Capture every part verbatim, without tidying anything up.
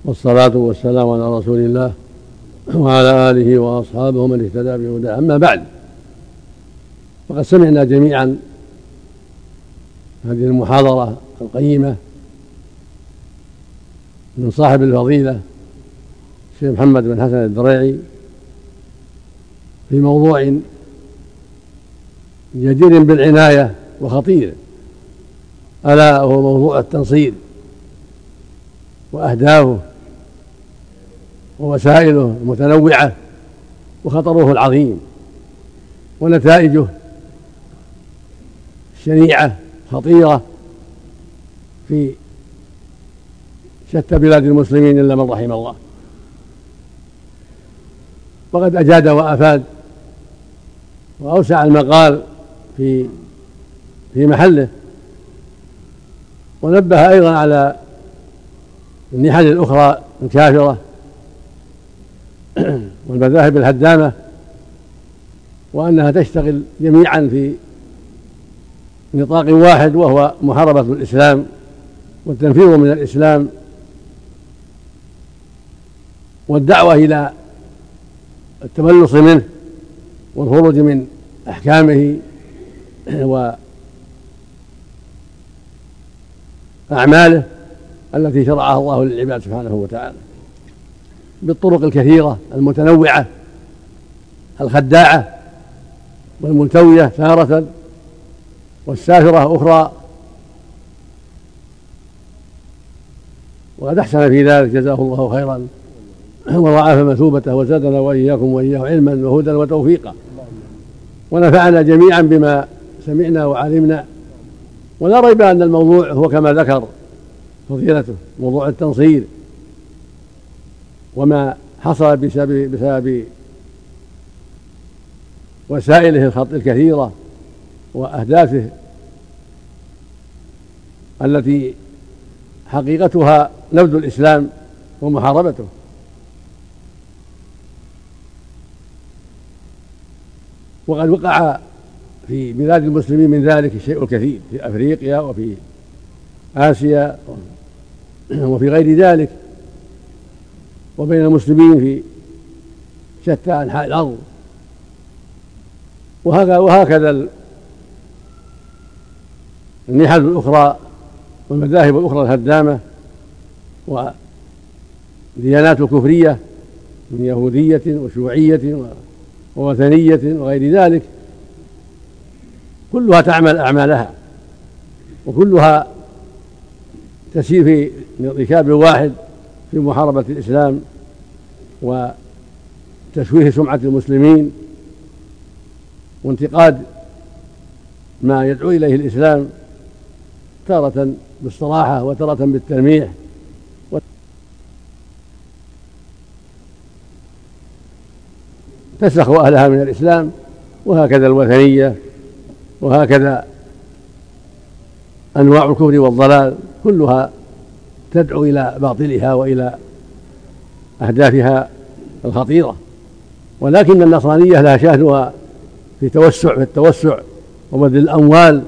والصلاة والسلام على رسول الله وعلى آله وأصحابه من اهتدى بهداه. أما بعد، فقد سمعنا جميعا هذه المحاضرة القيمة من صاحب الفضيلة الشيخ محمد بن حسن الدريعي في موضوع جدير بالعناية وخطير، ألا وهو موضوع التنصير وأهدافه ووسائله المتنوعة وخطره العظيم ونتائجه شنيعة خطيرة في شتى بلاد المسلمين إلا من رحم الله. وقد أجاد وأفاد وأوسع المقال في في محله، ونبه أيضا على النحل الأخرى الكافرة والمذاهب الهدامة، وأنها تشتغل جميعا في نطاق واحد، وهو محاربة الإسلام والتنفير من الإسلام والدعوة إلى التملص منه والخروج من أحكامه وأعماله التي شرعها الله للعباد سبحانه وتعالى بالطرق الكثيرة المتنوعة الخداعة والملتوية تارة والسافرة أخرى. وقد أحسن في ذلك جزاه الله خيرا وضاعف مثوبته وزادنا وإياكم وإياه علما وهدى وتوفيقا، ونفعنا جميعا بما سمعنا وعلمنا. ولا ريب أن الموضوع هو كما ذكر فضيلته موضوع التنصير وما حصل بسبب, بسبب وسائله الخط الكثيرة وأهدافه التي حقيقتها نبذ الإسلام ومحاربته. وقد وقع في بلاد المسلمين من ذلك الشيء الكثير في أفريقيا وفي آسيا وفي غير ذلك، وبين المسلمين في شتى أنحاء الأرض. وهكذا النحل الأخرى والمذاهب الأخرى الهدامة وديانات الكفرية من يهودية وشيوعية ووثنية وغير ذلك، كلها تعمل أعمالها وكلها تسير في ركاب واحد في محاربة الإسلام وتشويه سمعة المسلمين وانتقاد ما يدعو إليه الإسلام، تارة بالصراحة وتارة بالتلميح. تسلخ أهلها من الإسلام، وهكذا الوثنية وهكذا أنواع الكفر والضلال كلها تدعو إلى باطلها وإلى أهدافها الخطيرة. ولكن النصرانية لها شأنها في توسع في التوسع وبذل الأموال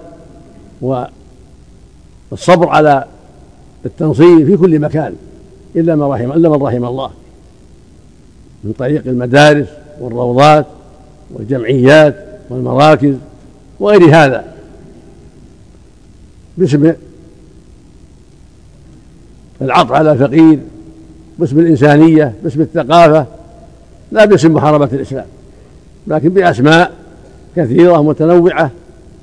والصبر على التنصير في كل مكان إلا من رحم إلا من رحم الله، من طريق المدارس والروضات والجمعيات والمراكز وغير هذا، باسم العطف على الفقير، باسم الإنسانية، باسم الثقافة، لا باسم محاربة الإسلام، لكن بأسماء كثيرة متنوعة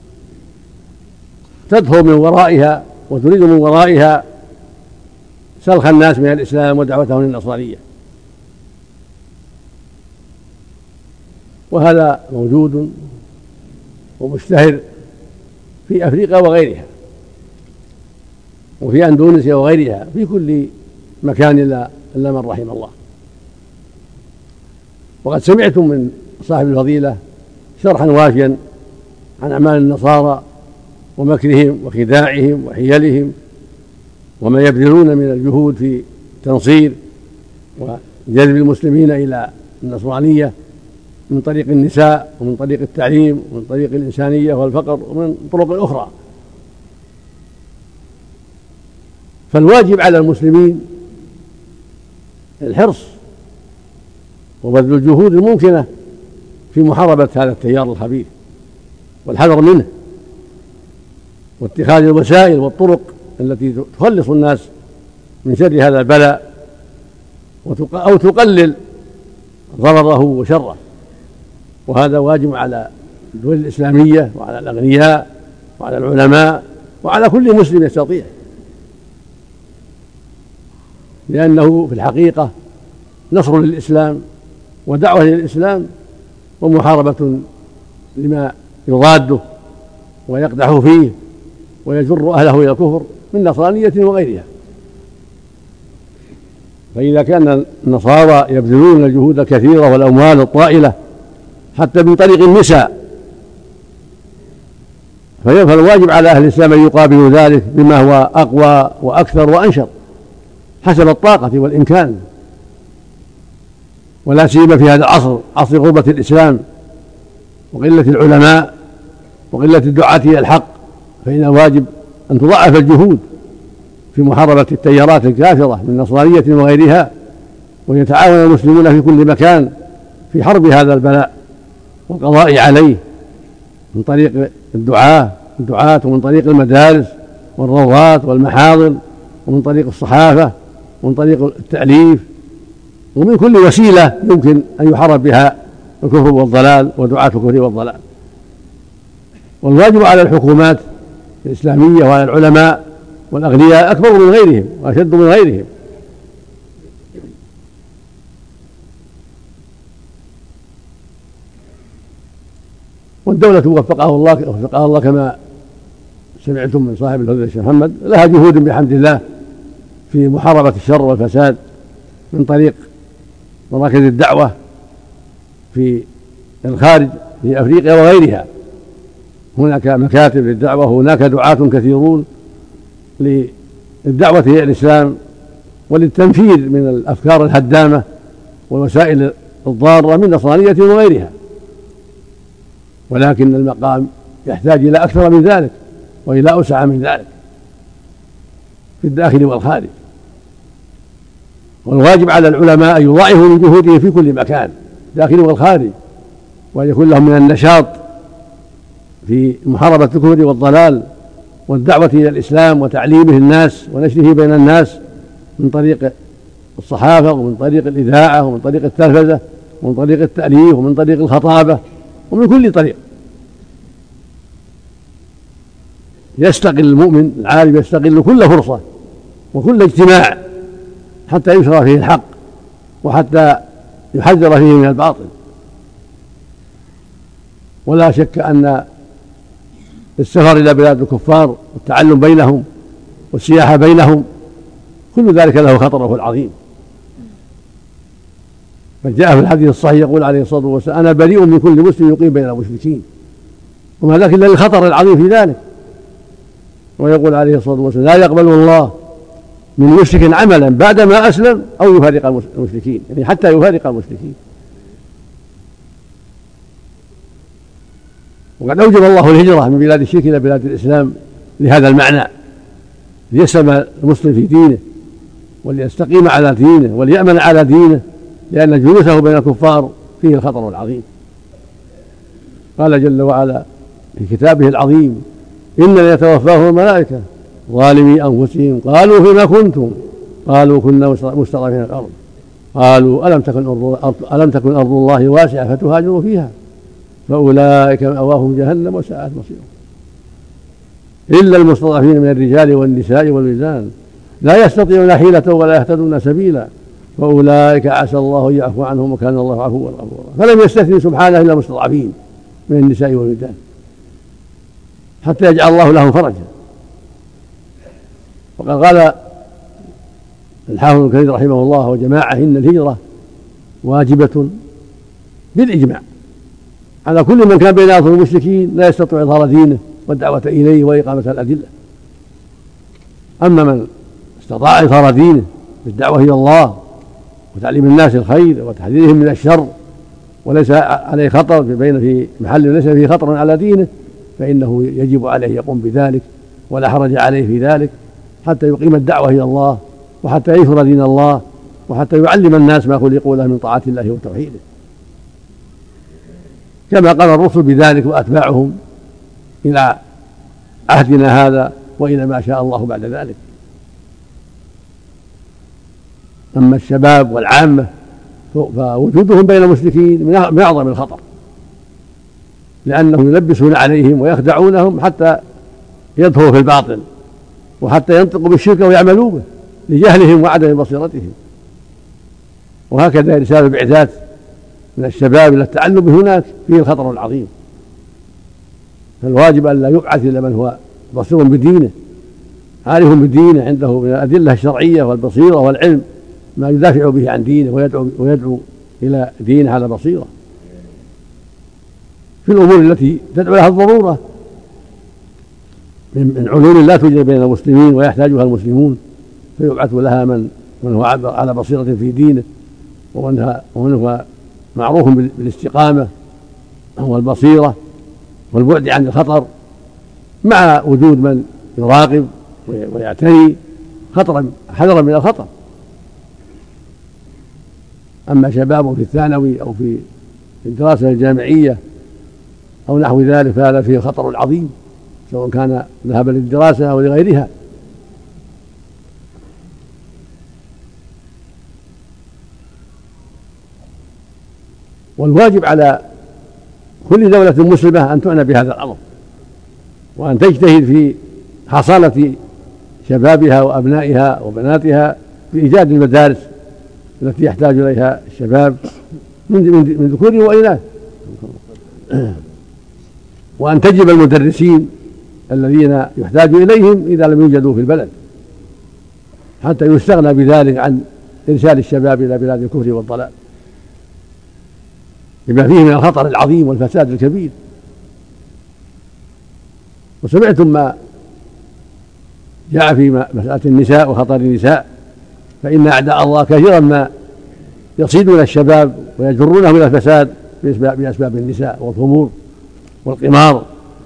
تدخل من ورائها وتريد من ورائها سلخ الناس من الإسلام ودعوتهم للنصرانية. وهذا موجود ومشتهر في أفريقيا وغيرها، وفي أندونيسيا وغيرها، في كل مكان إلا من رحم الله. وقد سمعتم من صاحب الفضيلة شرحا وافيا عن أعمال النصارى ومكرهم وخداعهم وحيلهم وما يبذلون من الجهود في تنصير وجذب المسلمين إلى النصرانية من طريق النساء ومن طريق التعليم ومن طريق الإنسانية والفقر ومن طرق أخرى. فالواجب على المسلمين الحرص وبذل الجهود الممكنة في محاربة هذا التيار الخبيث والحذر منه، واتخاذ الوسائل والطرق التي تخلص الناس من شر هذا البلاء أو تقلل ضرره وشره. وهذا واجب على الدول الإسلامية وعلى الأغنياء وعلى العلماء وعلى كل مسلم يستطيع، لأنه في الحقيقة نصر للإسلام ودعوة للإسلام ومحاربة لما يضاده ويقدح فيه ويجر أهله إلى الكفر من نصرانية وغيرها. فإذا كان النصارى يبذلون الجهود الكثيرة والأموال الطائلة حتى من طريق النساء، فالواجب على أهل الإسلام أن يقابلوا ذلك بما هو أقوى وأكثر وأنشط حسب الطاقة والإمكان، ولا سيما في هذا العصر، عصر غربة الإسلام وقلة العلماء وقلة الدعاة إلى الحق، فإن الواجب أن تضاعف الجهود في محاربة التيارات الكافرة من نصرانية وغيرها، ويتعاون المسلمون في كل مكان في حرب هذا البلاء والقضاء عليه من طريق الدعاة الدعاة ومن طريق المدارس والروضات والمحاضر ومن طريق الصحافة ومن طريق التأليف ومن كل وسيلة يمكن أن يحارب بها الكفر والضلال ودعاة الكفر والضلال. والواجب على الحكومات الإسلامية وعلى العلماء والأغنياء أكبر من غيرهم وأشد من غيرهم، والدولة وفقها الله وفقها الله كما سمعتم من صاحب الفضيلة الشيخ محمد لها جهود بحمد الله في محاربة الشر والفساد من طريق مراكز الدعوة في الخارج في أفريقيا وغيرها. هناك مكاتب للدعوة وهناك دعاة كثيرون للدعوة إلى الإسلام وللتنفيذ من الأفكار الهدامة والوسائل الضارة من نصرانية وغيرها، ولكن المقام يحتاج إلى أكثر من ذلك وإلى أوسع من ذلك في الداخل والخارج. والواجب على العلماء أن يضاعفوا من جهودهم في كل مكان الداخل والخارج، وأن يكون لهم من النشاط في محاربة الكفر والضلال والدعوة إلى الإسلام وتعليمه الناس ونشره بين الناس من طريق الصحافة ومن طريق الإذاعة ومن طريق التلفزة ومن طريق التأليف ومن طريق الخطابة ومن كل طريق. يستغل المؤمن العالم يستغل كل فرصة وكل اجتماع حتى ينشر فيه الحق وحتى يحذر فيه من الباطل. ولا شك أن السفر إلى بلاد الكفار والتعلم بينهم والسياحة بينهم كل ذلك له خطره العظيم. فجاء في الحديث الصحيح يقول عليه الصلاة والسلام: أنا بريء من كل مسلم يقيم بين المشركين، وما ذاك إلا الخطر العظيم في ذلك. ويقول عليه الصلاة والسلام: لا يقبل الله من مشرك عملا بعدما أسلم أو يفارق المشركين، يعني حتى يفارق المشركين. وقد أوجب الله الهجرة من بلاد الشرك إلى بلاد الإسلام لهذا المعنى، ليسلم المسلم في دينه وليستقيم على دينه وليأمن على دينه، لأن جلوسه بين الكفار فيه الخطر العظيم. قال جل وعلا في كتابه العظيم: إنما يتوفاهم الملائكة ظالمي أنفسهم قالوا فيما كنتم قالوا كنا مستضعفين في الأرض قالوا ألم تكن أرض ألم تكن أرض الله واسعة فتهاجروا فيها فأولئك مأواهم جهنم وساءت مصيرهم إلا المستضعفين من الرجال والنساء والولدان لا يستطيعون حيلة ولا يهتدون سبيلا فأولئك عسى الله أن يعفو عنهم وكان الله عفوا غفورا. فلم يستثني سبحانه إلا المستضعفين من النساء والولدان حتى يجعل الله لهم فرجا. وقد قال الحافظ ابن كثير رحمه الله وجماعة: إن الهجرة واجبة بالإجماع على كل من كان بين أظهر المشركين لا يستطيع إظهار دينه والدعوة إليه وإقامة الأدلة. أما من استطاع إظهار دينه بالدعوة إلى الله وتعليم الناس الخير وتحذيرهم من الشر وليس عليه خطر بين في محل ليس فيه خطر على دينه، فإنه يجب عليه يقوم بذلك ولا حرج عليه في ذلك حتى يقيم الدعوة إلى الله وحتى ينشر دين الله وحتى يعلم الناس ما خلقوا له من طاعة الله وتوحيده، كما قال الرسل بذلك وأتباعهم إلى عهدنا هذا وإلى ما شاء الله بعد ذلك. أما الشباب والعامة فوجودهم بين المشركين من أعظم الخطر، لأنهم يلبسون عليهم ويخدعونهم حتى يدخلوا في الباطل وحتى ينطقوا بالشرك ويعملوا به لجهلهم وعدم بصيرتهم. وهكذا رسالة البعثات من الشباب إلى التعلم هناك فيه الخطر العظيم، فالواجب أن لا يبعث إلا من هو بصير بدينه عارف بدينه، عنده من الأدلة الشرعية والبصيرة والعلم ما يدافع به عن دينه ويدعو, ويدعو إلى دينه على بصيرة في الأمور التي تدعو لها الضرورة من علوم لا توجد بين المسلمين ويحتاجها المسلمون، فيبعث لها من من هو على بصيرة في دينه ومن هو معروف بالاستقامة والبصيرة والبعد عن الخطر، مع وجود من يراقب ويعتني خطرا حذرا من الخطر. أما شباب في الثانوي أو في الدراسة الجامعية أو نحو ذلك فهذا فيه خطر عظيم، سواء كان ذهابا للدراسة أو لغيرها. والواجب على كل دولة مسلمة أن تعنى بهذا الأمر وأن تجتهد في حصانة شبابها وأبنائها وبناتها في إيجاد المدارس التي يحتاج إليها الشباب من ذكور وإناث، وأن تجب المدرسين الذين يحتاج إليهم إذا لم يوجدوا في البلد، حتى يستغنى بذلك عن إرسال الشباب إلى بلاد الكفر والضلال لما فيه من الخطر العظيم والفساد الكبير. وسمعتم ما جاء في مسألة النساء وخطر النساء، فإن أعداء الله كثيرا ما يصيدون الشباب ويجرونهم إلى الفساد بأسباب النساء والخمور والقمار.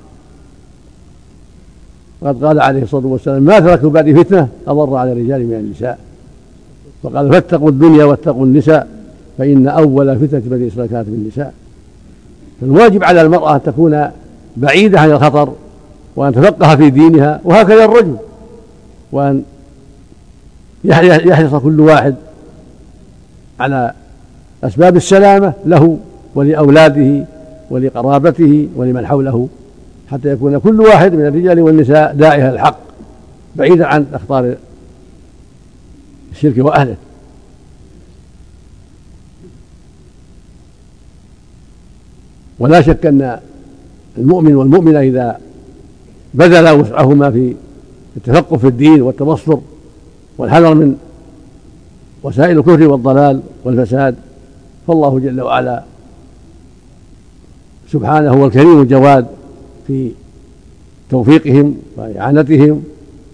وقد قال عليه الصلاة والسلام: ما تركوا بعد فتنة أضر على الرجال من النساء، وقال: فاتقوا الدنيا واتقوا النساء فإن أول فتنة بني إسرائيل كانت بالنساء. فالواجب على المرأة أن تكون بعيدة عن الخطر وأن تفقه في دينها، وهكذا الرجل، وأن يحرص كل واحد على أسباب السلامة له ولأولاده ولقرابته ولمن حوله، حتى يكون كل واحد من الرجال والنساء داعية الحق بعيدا عن أخطار الشرك وأهله. ولا شك أن المؤمن والمؤمنة إذا بذل وسعهما في التفقه في الدين والتبصر والحذر من وسائل الكفر والضلال والفساد، فالله جل وعلا سبحانه هو الكريم الجواد في توفيقهم وإعانتهم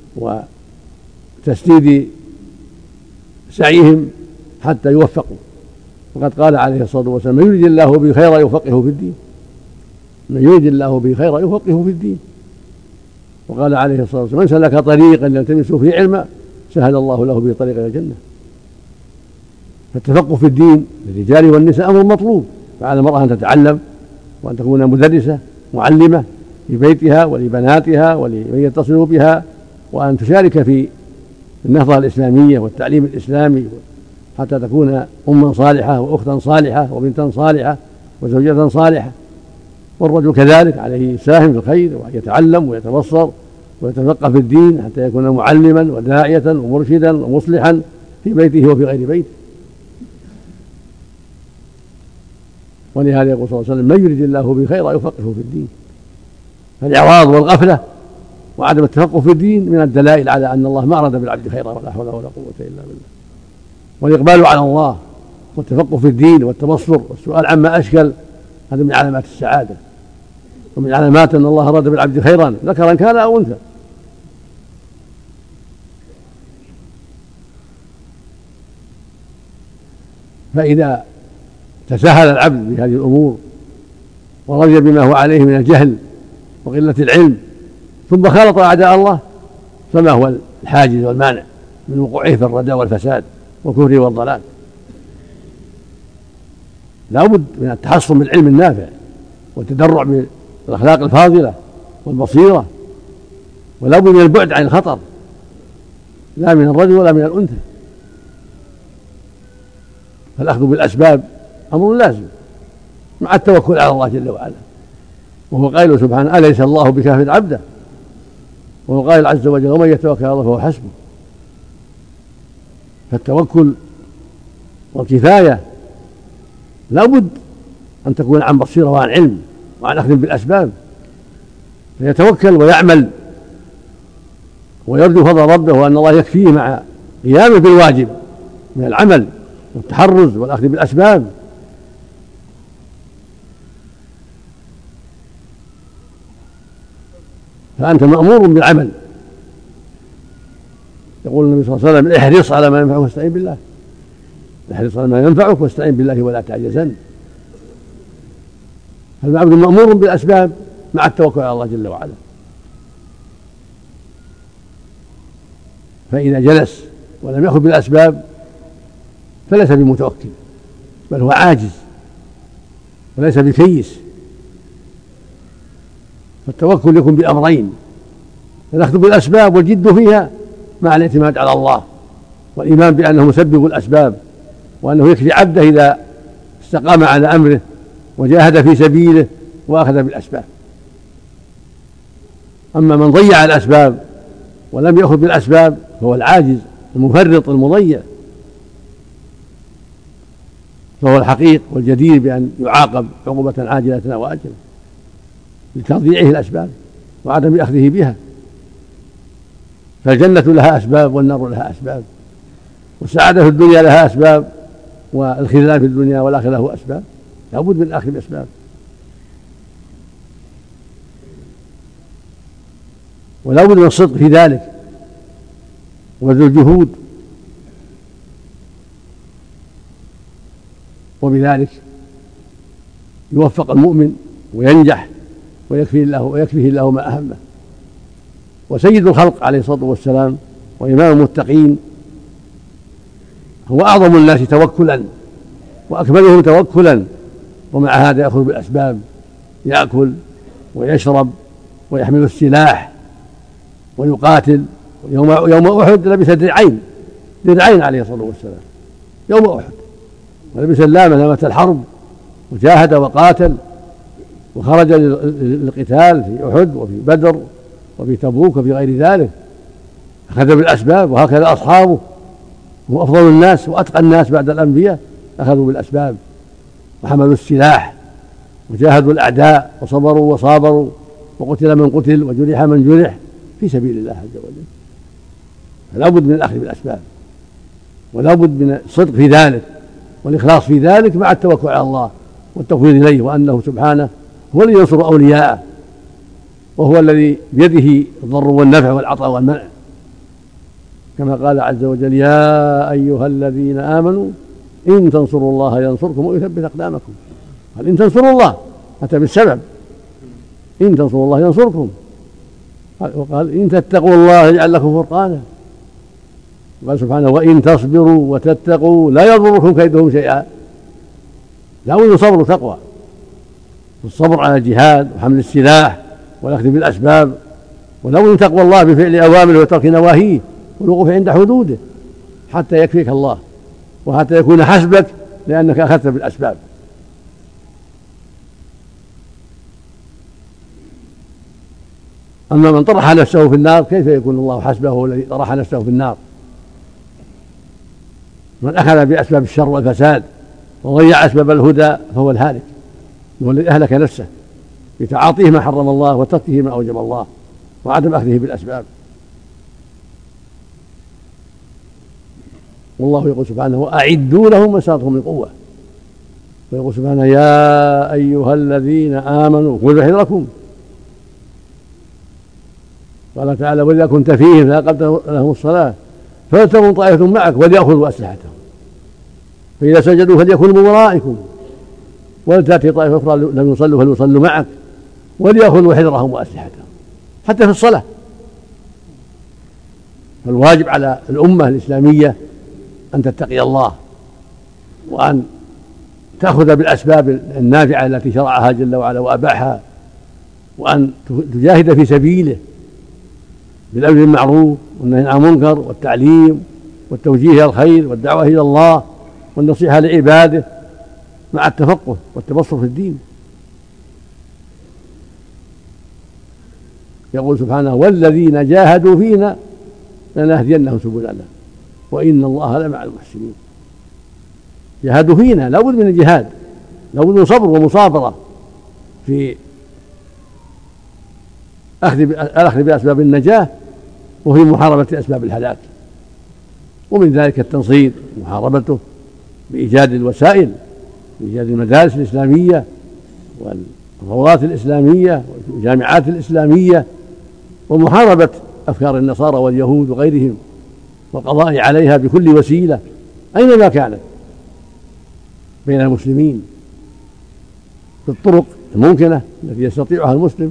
وتسديد سعيهم حتى يوفقوا. وقد قال عليه الصلاة والسلام: من يريد الله به خيرا يفقهه في الدين، من يريد الله به خيرا يفقهه في الدين. وقال عليه الصلاة والسلام: من سلك طريقا يلتمس فيه علما سهل الله له به طريق إلى الجنة. فالتفقه في الدين للرجال والنساء أمر مطلوب، فعلى المرأة أن تتعلم وأن تكون مدرسة معلمة في بيتها ولبناتها ولمن يتصل بها، وأن تشارك في النهضة الإسلامية والتعليم الإسلامي حتى تكون أما صالحة وأختا صالحة وبنتا صالحة وزوجة صالحة. والرجل كذلك عليه يساهم في الخير ويتعلم ويتبصر ويتفقه في الدين حتى يكون معلما وداعية ومرشدا ومصلحا في بيته وفي غير بيته. ولهذا يقول صلى الله عليه وسلم: من يريد الله به خيرا يفقهه في الدين. فالإعراض والغفلة وعدم التفقه في الدين من الدلائل على أن الله ما أراد بالعبد خيرا، ولا حول ولا قوة إلا بالله. والإقبال على الله والتفقه في الدين والتبصر والسؤال عما أشكل هذا من علامات السعادة ومن علامات أن الله أراد بالعبد خيرا ذكرا كان أو أنثى. فإذا تساهل العبد بهذه الأمور ورضي بما هو عليه من الجهل وقلة العلم ثم خالط أعداء الله، فما هو الحاجز والمانع من وقوعه في الردى والفساد والكفر والضلال. لا بد من التحصن بالعلم النافع والتدرع بالأخلاق الفاضلة والبصيرة، ولا بد من البعد عن الخطر لا من الرجل ولا من الأنثى. فالأخذ بالأسباب أمر لازم مع التوكل على الله جل وعلا، وهو قائل سبحانه: أليس الله بكاف عبده؟ وهو قائل عز وجل: ومن يتوكل على الله فهو حسبه. فالتوكل والكفاية لا بد أن تكون عن بصيرة وعن علم وعن أخذ بالأسباب، فيتوكل ويعمل ويرجو فضل ربه وأن الله يكفيه مع قيامه بالواجب من العمل والتحرز والأخذ بالأسباب. فأنت مأمور بالعمل. يقول النبي صلى الله عليه وسلم: احرص على ما ينفعك واستعين بالله. احرص على ما ينفعك واستعين بالله ولا تعجزن. فالعبد مأمور بالأسباب مع التوكل على الله جل وعلا. فإذا جلس ولم يأخذ بالأسباب فليس بمتوكل، بل هو عاجز وليس بكيس. فالتوكل يكون بأمرين: الأخذ بالأسباب والجد فيها مع الاعتماد على الله والإيمان بأنه مسبب الأسباب، وأنه يكفي عبده إذا استقام على أمره وجاهد في سبيله وأخذ بالأسباب. أما من ضيع الأسباب ولم يأخذ بالأسباب فهو العاجز المفرط المضيع، فهو الحقيق والجدير بأن يعاقب عقوبة عاجلة أو آجلة لتضييعه الأسباب وعدم أخذه بها. فالجنة لها أسباب والنار لها أسباب، والسعادة في الدنيا لها أسباب، والخذلان في الدنيا والآخرة له أسباب. لا بد من الأخذ بأسباب. ولا بد من الصدق في ذلك وبذل الجهود، وبذلك يوفق المؤمن وينجح ويكفيه الله ويكفيه الله ما أهمه. وسيد الخلق عليه الصلاة والسلام وإمام المتقين هو أعظم الناس توكلا وأكملهم توكلا، ومع هذا يأخذ بالأسباب، يأكل ويشرب ويحمل السلاح ويقاتل. يوم يوم أحد لبس درعين درعين عليه الصلاة والسلام يوم أحد، ولبس اللامة لامة الحرب، وجاهد وقاتل وخرج للقتال في أحد وفي بدر وفي تبوك وفي غير ذلك. أخذ بالأسباب، وهكذا أصحابه هم أفضل الناس وأتقى الناس بعد الأنبياء أخذوا بالأسباب وحملوا السلاح وجاهدوا الأعداء وصبروا وصابروا، وقتل من قتل وجرح من جرح في سبيل الله عز وجل. فلا بد من الأخذ بالأسباب، ولا بد من الصدق في ذلك والإخلاص في ذلك مع التوكل على الله والتوفيق إليه، وأنه سبحانه هو الذي ينصر أولياءه، وهو الذي بيده الضر والنفع والعطاء والمنع، كما قال عز وجل: يا أيها الذين آمنوا إن تنصروا الله ينصركم ويثبت أقدامكم. قال إن تنصروا الله، أتى بالسبب، إن تنصروا الله ينصركم. وقال إن تتقوا الله يجعل لكم فرقانا. قال سبحانه: وإن تصبروا وتتقوا لا يضركم كيدهم شيئا. لا بد من صبر وتقوى، الصبر على الجهاد وحمل السلاح والأخذ بالأسباب، ولا بد من تقوى الله بفعل أوامره وترك نواهيه والوقوف عند حدوده حتى يكفيك الله وحتى يكون حسبك لأنك أخذت بالأسباب. أما من طرح نفسه في النار كيف يكون الله حسبه الذي طرح نفسه في النار؟ من أخذ بأسباب الشر والفساد وضيع أسباب الهدى فهو الهالك، هو الذي أهلك نفسه بتعاطيه ما حرم الله وتركه ما أوجب الله وعدم أخذه بالأسباب. والله يقول سبحانه: وأعدوا لهم ما استطعتم من قوة. ويقول سبحانه: يا أيها الذين آمنوا خذوا حذركم. قال تعالى: وإذا كنت فيهم فأقمت لهم الصلاة فلتكن طائفة معك وليأخذوا أسلحتهم فإذا سجدوا فليكونوا من ورائكم ولتأتي طائفة أخرى لم يصلوا فليصلوا معك وليأخذوا حذرهم وأسلحتهم. حتى في الصلاة فالواجب على الأمة الإسلامية أن تتقي الله، وأن تأخذ بالأسباب النافعة التي شرعها جل وعلا وأباحها، وأن تجاهد في سبيله بالأمر بالمعروف والنهي عن المنكر والتعليم والتوجيه إلى الخير والدعوة إلى الله والنصيحة لعباده مع التفقه والتبصر في الدين. يقول سبحانه: والذين جاهدوا فينا لنهدينهم سبلنا وإن الله لمع المحسنين. جاهدوا فينا، لا بد من الجهاد، لا بد من صبر ومصابرة في الأخذ بأسباب النجاة وفي محاربة أسباب الهلاك، ومن ذلك التنصير ومحاربته بإيجاد الوسائل، بإيجاد المدارس الإسلامية والروضات الإسلامية والجامعات الإسلامية، ومحاربة أفكار النصارى واليهود وغيرهم والقضاء عليها بكل وسيلة أينما كانت بين المسلمين بالطرق الممكنة التي يستطيعها المسلم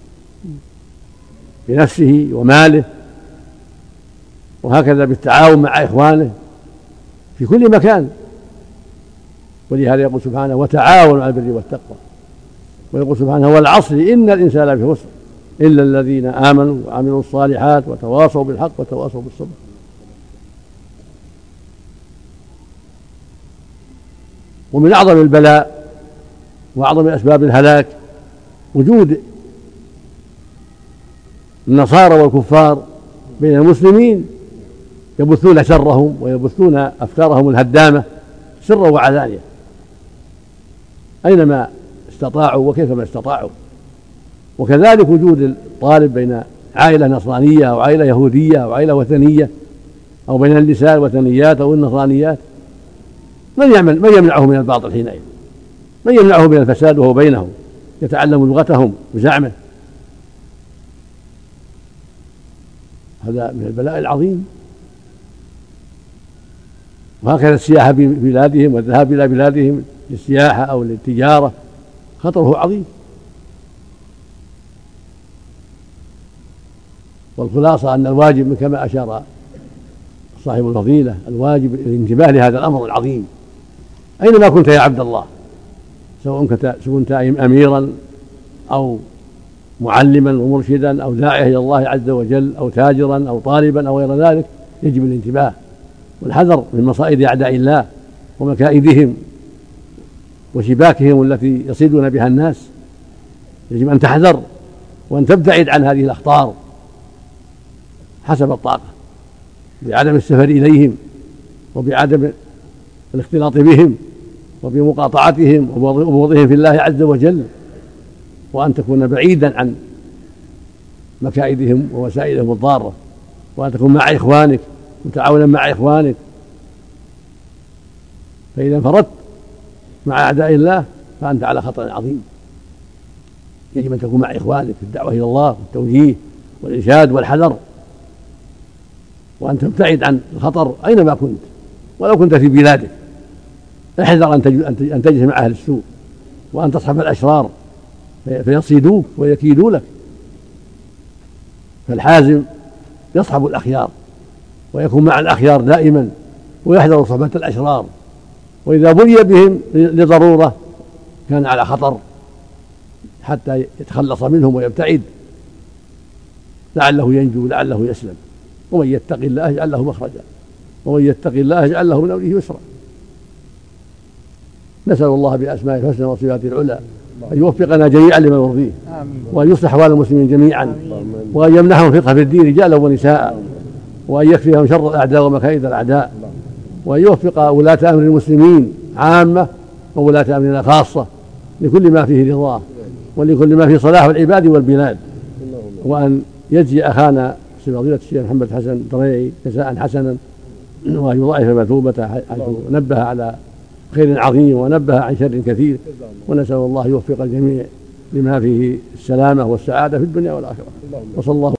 بنفسه وماله، وهكذا بالتعاون مع إخوانه في كل مكان. ولهذا يقول سبحانه: وتعاونوا على البر والتقوى. ويقول سبحانه: والعصر إن الإنسان لفي خسر إلا الذين آمنوا وعملوا الصالحات وتواصوا بالحق وتواصوا بالصبر. ومن أعظم البلاء وأعظم أسباب الهلاك وجود النصارى والكفار بين المسلمين يبثون شرهم ويبثون أفكارهم الهدامة سرا وعلانية أينما استطاعوا وكيفما استطاعوا. وكذلك وجود الطالب بين عائلة نصرانية أو عائلة يهودية أو عائلة وثنية، أو بين النساء الوثنيات أو النصرانيات، من يعمل من يمنعه من الباطل حينئذ؟ من يمنعه من الفساد وهو بينهم يتعلم لغتهم بزعمه؟ هذا من البلاء العظيم. وهكذا السياحة في بلادهم والذهاب إلى بلادهم للسياحة أو للتجارة خطره عظيم. والخلاصة أن الواجب كما أشار صاحب الفضيلة، الواجب الانتباه لهذا الأمر العظيم أينما كنت يا عبد الله، سواء كنت أميرا أو معلما ومرشدا أو داعية إلى الله عز وجل أو تاجرا أو طالبا أو غير ذلك، يجب الانتباه والحذر من مصائد أعداء الله ومكائدهم وشباكهم التي يصيدون بها الناس. يجب أن تحذر وأن تبتعد عن هذه الأخطار حسب الطاقة، بعدم السفر إليهم وبعدم الاختلاط بهم وبمقاطعتهم وبوضعهم في الله عز وجل، وأن تكون بعيدا عن مكائدهم ووسائلهم الضارة، وأن تكون مع إخوانك متعاونا مع إخوانك. فإذا انفردت مع أعداء الله فأنت على خطر عظيم. يجب أن تكون مع إخوانك في الدعوة إلى الله والتوجيه والإرشاد والحذر، وأن تبتعد عن الخطر أينما كنت، ولو كنت في بلادك احذر أن تجلس مع أهل السوء وأن تصحب الأشرار فيصيدوك ويكيدوا لك. فالحازم يصحب الأخيار ويكون مع الأخيار دائما ويحذر صحبة الأشرار، وإذا بلي بهم لضرورة كان على خطر حتى يتخلص منهم ويبتعد لعله ينجو لعله يسلم. ومن يتق الله يجعل له مخرجا ومن يتق الله يجعل له من أمره يسرا. نسأل الله بأسمائه الحسنى وصفاته العلى أن يوفقنا جميعا لما يرضيه، وأن يصلح أحوال المسلمين جميعا، وأن يمنحهم فقه في الدين رجالا ونساء، وأن يكفيهم شر الأعداء ومكائد الأعداء، وأن يوفق ولاة أمر المسلمين عامة وولاة أمرنا خاصة لكل ما فيه رضاه ولكل ما فيه صلاح العباد والبلاد، وأن يجزي أخانا فضيلة الشيخ محمد حسن الدريعي جزاء حسنا، وأن يضاعف مثوبته حيث نبه على خير عظيم ونبه عن شر كثير. ونسأل الله يوفق الجميع لما فيه السلامة والسعادة في الدنيا والآخرة. وصلى الله